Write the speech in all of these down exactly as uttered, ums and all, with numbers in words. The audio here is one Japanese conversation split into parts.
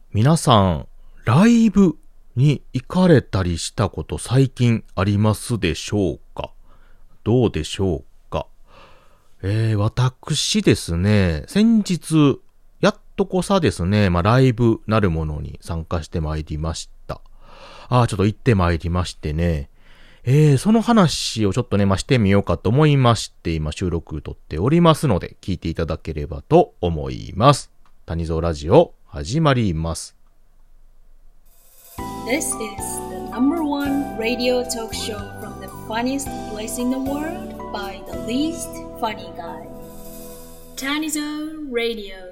皆さん、ライブに行かれたりしたこと最近ありますでしょうか？どうでしょうか？えー、私ですね、先日、やっとこさですね、まあ、ライブなるものに参加してまいりました。ああ、ちょっと行ってまいりましてね。えー、その話をちょっとね、まあ、してみようかと思いまして、今収録撮っておりますので、聞いていただければと思います。谷蔵ラジオ、始まります。 This is the number one radio talk show from the funniest place in the world by the least funny guy. Tanizo Radio.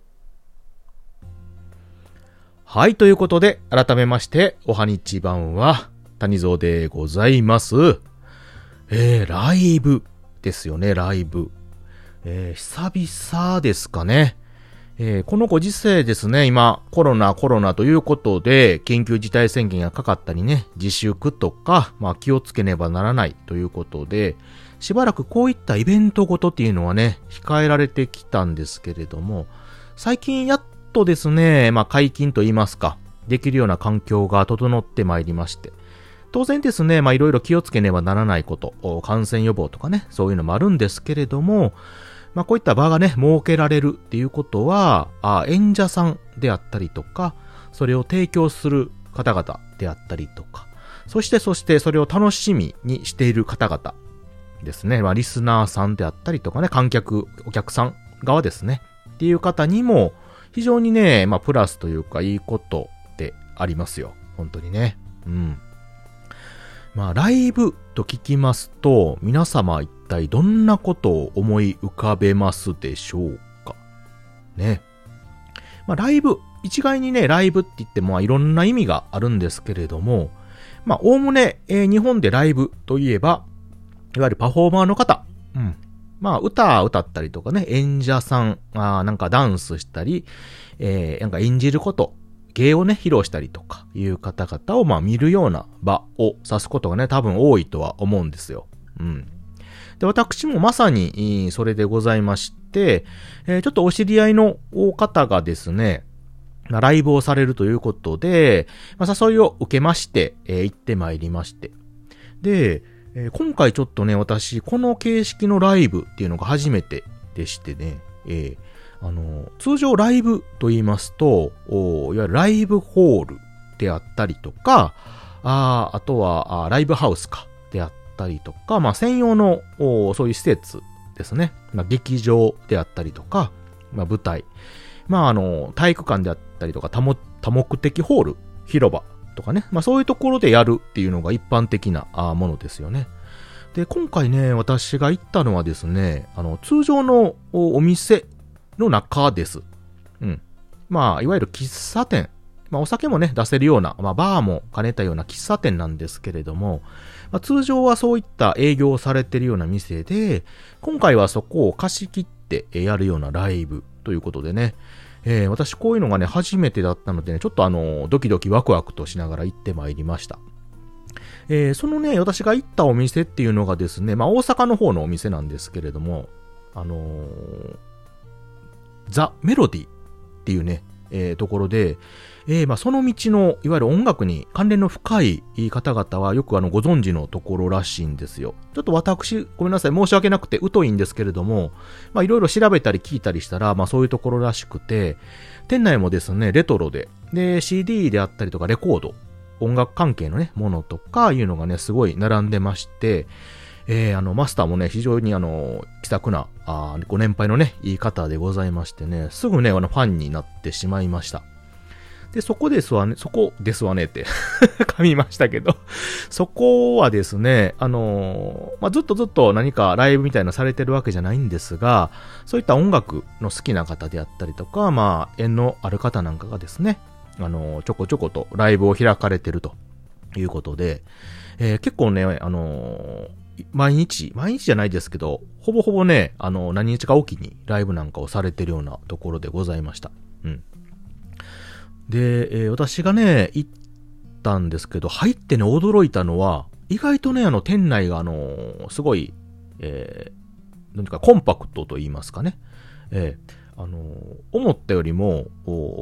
はい、ということで、改めまして、おはにちばんは、谷蔵でございます。えー、ライブですよね、ライブ。えー、久々ですかね。えー、このご時世ですね、今、コロナ、コロナということで、緊急事態宣言がかかったりね、自粛とか、まあ気をつけねばならないということで、しばらくこういったイベントごとっていうのはね、控えられてきたんですけれども、最近やっとですね、まあ解禁と言いますか、できるような環境が整ってまいりまして、当然ですね、まあいろいろ気をつけねばならないこと、感染予防とかね、そういうのもあるんですけれども、まあこういった場がね、設けられるっていうことは、あ演者さんであったりとか、それを提供する方々であったりとか、そしてそしてそれを楽しみにしている方々ですね、まあリスナーさんであったりとかね、観客、お客さん側ですね、っていう方にも、非常にね、まあプラスというかいいことってありますよ。本当にね。うん。まあライブと聞きますと、皆様一体どんなことを思い浮かべますでしょうかね。まあライブ、一概にね、ライブって言ってもいろんな意味があるんですけれども、まあおおむね、えー、日本でライブといえば、いわゆるパフォーマーの方、うん。まあ歌歌ったりとかね、演者さん、あなんかダンスしたり、えー、なんか演じること、芸をね、披露したりとかいう方々をまあ見るような場を指すことがね、多分多いとは思うんですよ。うん。で、私もまさにそれでございまして、えー、ちょっとお知り合いの方がですね、ライブをされるということで、まあ、誘いを受けまして、えー、行ってまいりまして。で、えー、今回ちょっとね、私、この形式のライブっていうのが初めてでしてね、えーあの、通常ライブと言いますと、いわゆるライブホールであったりとか、あ, あとはあライブハウスかであったりとか、まあ専用のそういう施設ですね。まあ劇場であったりとか、まあ舞台。まああの、体育館であったりとか多目、多目的ホール、広場とかね。まあそういうところでやるっていうのが一般的なものですよね。で、今回ね、私が行ったのはですね、あの、通常のお店、の中です。うん。まあ、いわゆる喫茶店。まあ、お酒もね、出せるような、まあ、バーも兼ねたような喫茶店なんですけれども、まあ、通常はそういった営業をされているような店で、今回はそこを貸し切ってやるようなライブということでね、えー、私こういうのがね、初めてだったのでね、ちょっとあの、ドキドキワクワクとしながら行ってまいりました。えー、そのね、私が行ったお店っていうのがですね、まあ、大阪の方のお店なんですけれども、あのー、ザ・メロディっていうね、えー、ところで、えー、まあその道の、いわゆる音楽に関連の深い方々はよくあのご存知のところらしいんですよ。ちょっと私、ごめんなさい、申し訳なくて疎いんですけれども、まあいろいろ調べたり聞いたりしたら、まあそういうところらしくて、店内もですね、レトロで、で、シーディー であったりとかレコード、音楽関係のね、ものとかいうのがね、すごい並んでまして、えー、あの、マスターもね、非常にあの、気さくな、あご年配のね、いい方でございましてね、すぐね、あの、ファンになってしまいました。で、そこですわね、そこですわねって、噛みましたけど、そこはですね、あのー、まあ、ずっとずっと何かライブみたいなされてるわけじゃないんですが、そういった音楽の好きな方であったりとか、まあ、縁のある方なんかがですね、あのー、ちょこちょことライブを開かれてるということで、えー、結構ね、あのー、毎日、毎日じゃないですけど、ほぼほぼね、あの、何日かおきにライブなんかをされてるようなところでございました。うん。で、えー、私がね、行ったんですけど、入ってね、驚いたのは、意外とね、あの、店内があのー、すごい、えー、なんていうか、コンパクトと言いますかね。えー、あのー、思ったよりも、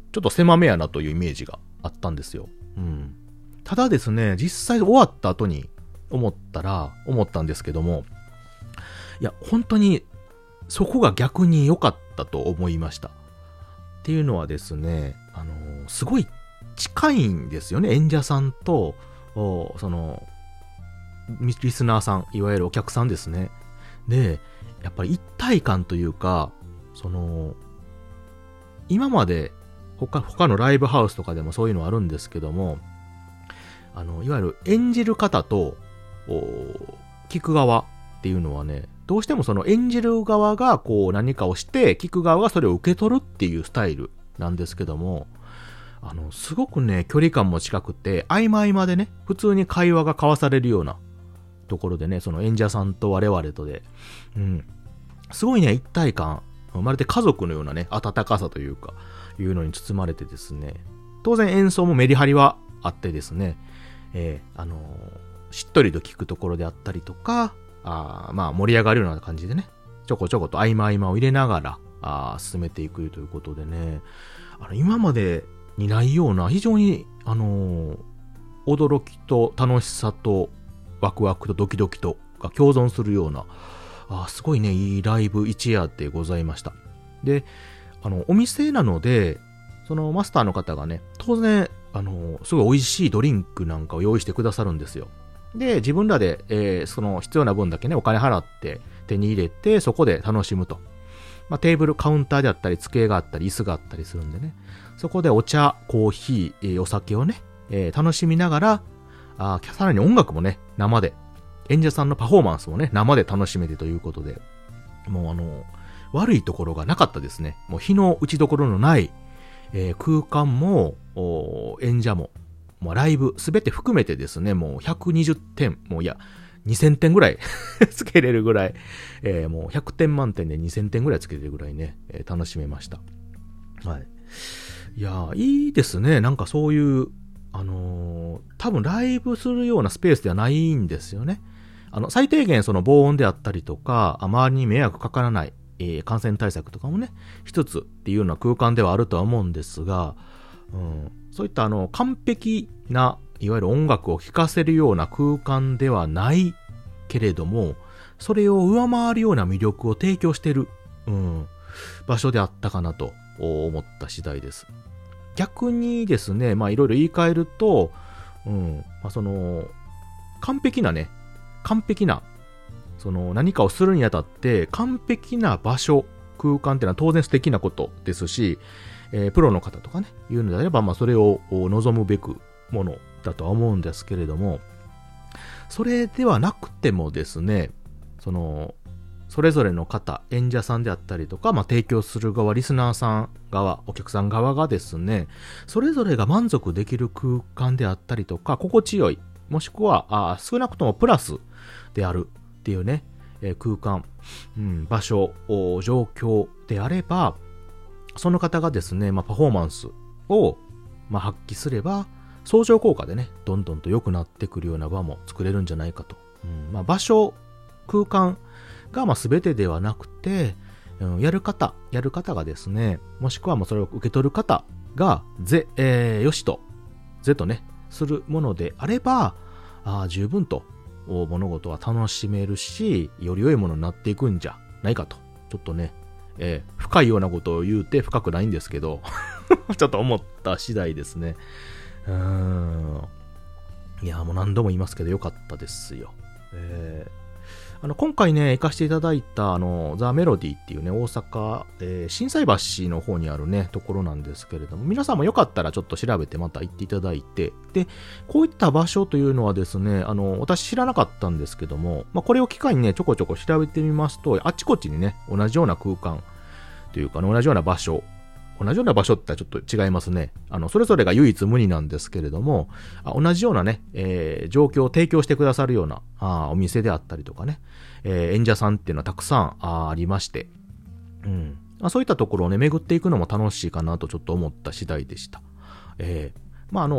ちょっと狭めやなというイメージがあったんですよ。うん。ただですね、実際終わった後に思ったら、思ったんですけども、いや、本当にそこが逆に良かったと思いました。っていうのはですね、あのー、すごい近いんですよね、演者さんと、その、リスナーさん、いわゆるお客さんですね。で、やっぱり一体感というか、その、今まで他、他のライブハウスとかでもそういうのあるんですけども、あの、いわゆる演じる方と、聞く側っていうのはね、どうしてもその演じる側がこう何かをして、聞く側がそれを受け取るっていうスタイルなんですけども、あの、すごくね、距離感も近くて、合間合間でね、普通に会話が交わされるようなところでね、その演者さんと我々とで、うん、すごいね、一体感、まるで家族のようなね、温かさというか、いうのに包まれてですね、当然演奏もメリハリはあってですね、えー、あのー、しっとりと聞くところであったりとか、あまあ盛り上がるような感じでね、ちょこちょこと合間合間を入れながら、あ進めていくということでね、あの、今までにないような、非常に、あのー、驚きと楽しさと、ワクワクとドキドキとが共存するような、あすごいね、いいライブ一夜でございました。で、あの、お店なので、そのマスターの方がね、当然、あの、すごい美味しいドリンクなんかを用意してくださるんですよ。で、自分らで、えー、その必要な分だけね、お金払って手に入れて、そこで楽しむと。まあ、テーブル、カウンターであったり、机があったり、椅子があったりするんでね。そこでお茶、コーヒー、えー、お酒をね、えー、楽しみながら、あさらに音楽もね、生で、演者さんのパフォーマンスもね、生で楽しめてということで、もうあの、悪いところがなかったですね。もう日の打ちどころのない、えー、空間も、演者も、もうライブすべて含めてですね、もうひゃくにじゅってん、もういや、にせんてんぐらいつけれるぐらい、えー、もうひゃくてん満点でにせんてんぐらいつけれるぐらいね、えー、楽しめました。はい。いやー、いいですね。なんかそういう、あのー、多分ライブするようなスペースではないんですよね。あの、最低限その防音であったりとか、周りに迷惑かからない、えー、感染対策とかもね、一つっていうような空間ではあるとは思うんですが、うん、そういったあの、完璧な、いわゆる音楽を聴かせるような空間ではないけれども、それを上回るような魅力を提供している、うん、場所であったかなと思った次第です。逆にですね、まあいろいろ言い換えると、うん、まあその、完璧なね、完璧な、その何かをするにあたって完璧な場所、空間っていうのは当然素敵なことですし、えー、プロの方とかね、言うのであれば、まあそれを望むべくものだとは思うんですけれども、それではなくてもですね、その、それぞれの方、演者さんであったりとか、まあ提供する側、リスナーさん側、お客さん側がですね、それぞれが満足できる空間であったりとか、心地よい、もしくは、あ少なくともプラスであるっていうね、えー、空間、うん、場所、状況であれば、その方がですね、まあ、パフォーマンスを、まあ、発揮すれば、相乗効果でね、どんどんと良くなってくるような場も作れるんじゃないかと。うんまあ、場所、空間がまあ全てではなくて、うん、やる方、やる方がですね、もしくはもうそれを受け取る方が、ぜ、えー、よしと、ぜとね、するものであれば、あ十分と物事は楽しめるし、より良いものになっていくんじゃないかと。ちょっとね、えー、深いようなことを言うて深くないんですけど、ちょっと思った次第ですね。うーん。いや、もう何度も言いますけどよかったですよ。えーあの、今回ね、行かせていただいた、あの、ザ・メロディっていうね、大阪、えー、心斎橋の方にあるね、ところなんですけれども、皆さんもよかったらちょっと調べてまた行っていただいて、で、こういった場所というのはですね、あの、私知らなかったんですけども、まあ、これを機会にね、ちょこちょこ調べてみますと、あっちこっちにね、同じような空間というか、ね、同じような場所、同じような場所って言ったらちょっと違いますね。あの、それぞれが唯一無二なんですけれども、あ同じようなね、えー、状況を提供してくださるようなあお店であったりとかね、えー、演者さんっていうのはたくさん あ, ありまして、うんあ、そういったところをね、巡っていくのも楽しいかなとちょっと思った次第でした。えー、まああの、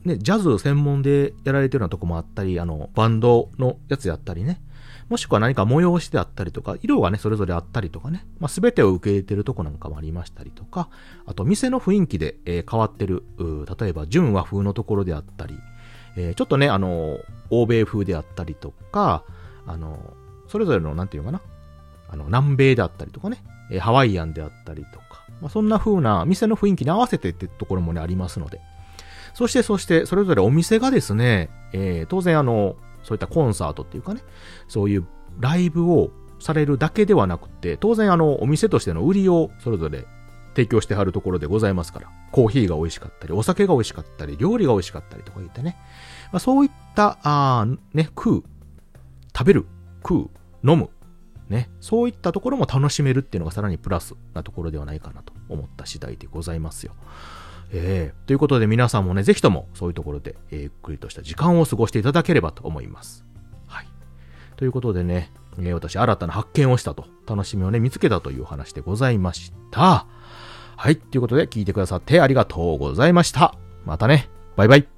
ね、ジャズ専門でやられてるようなとこもあったり、あの、バンドのやつやったりね、もしくは何か催しであったりとか、色がね、それぞれあったりとかね、まあ、すべてを受け入れてるとこなんかもありましたりとか、あと、店の雰囲気で、えー、変わってる、例えば、純和風のところであったり、えー、ちょっとね、あの、欧米風であったりとか、あの、それぞれの、なんていうかな、あの、南米であったりとかね、えー、ハワイアンであったりとか、まあ、そんな風な店の雰囲気に合わせてってところもね、ありますので、そして、そして、それぞれお店がですね、えー、当然あの、そういったコンサートっていうかね、そういうライブをされるだけではなくて、当然あの、お店としての売りをそれぞれ提供してはるところでございますから、コーヒーが美味しかったり、お酒が美味しかったり、料理が美味しかったりとか言ってね、まあ、そういった、あね、食う、食べる、食う、飲む、ね、そういったところも楽しめるっていうのがさらにプラスなところではないかなと思った次第でございますよ。えー、ということで皆さんもね、ぜひともそういうところで、えー、ゆっくりとした時間を過ごしていただければと思います。はい。ということでね、えー、私新たな発見をしたと、楽しみをね、見つけたという話でございました。はい。ということで聞いてくださってありがとうございました。またね。バイバイ。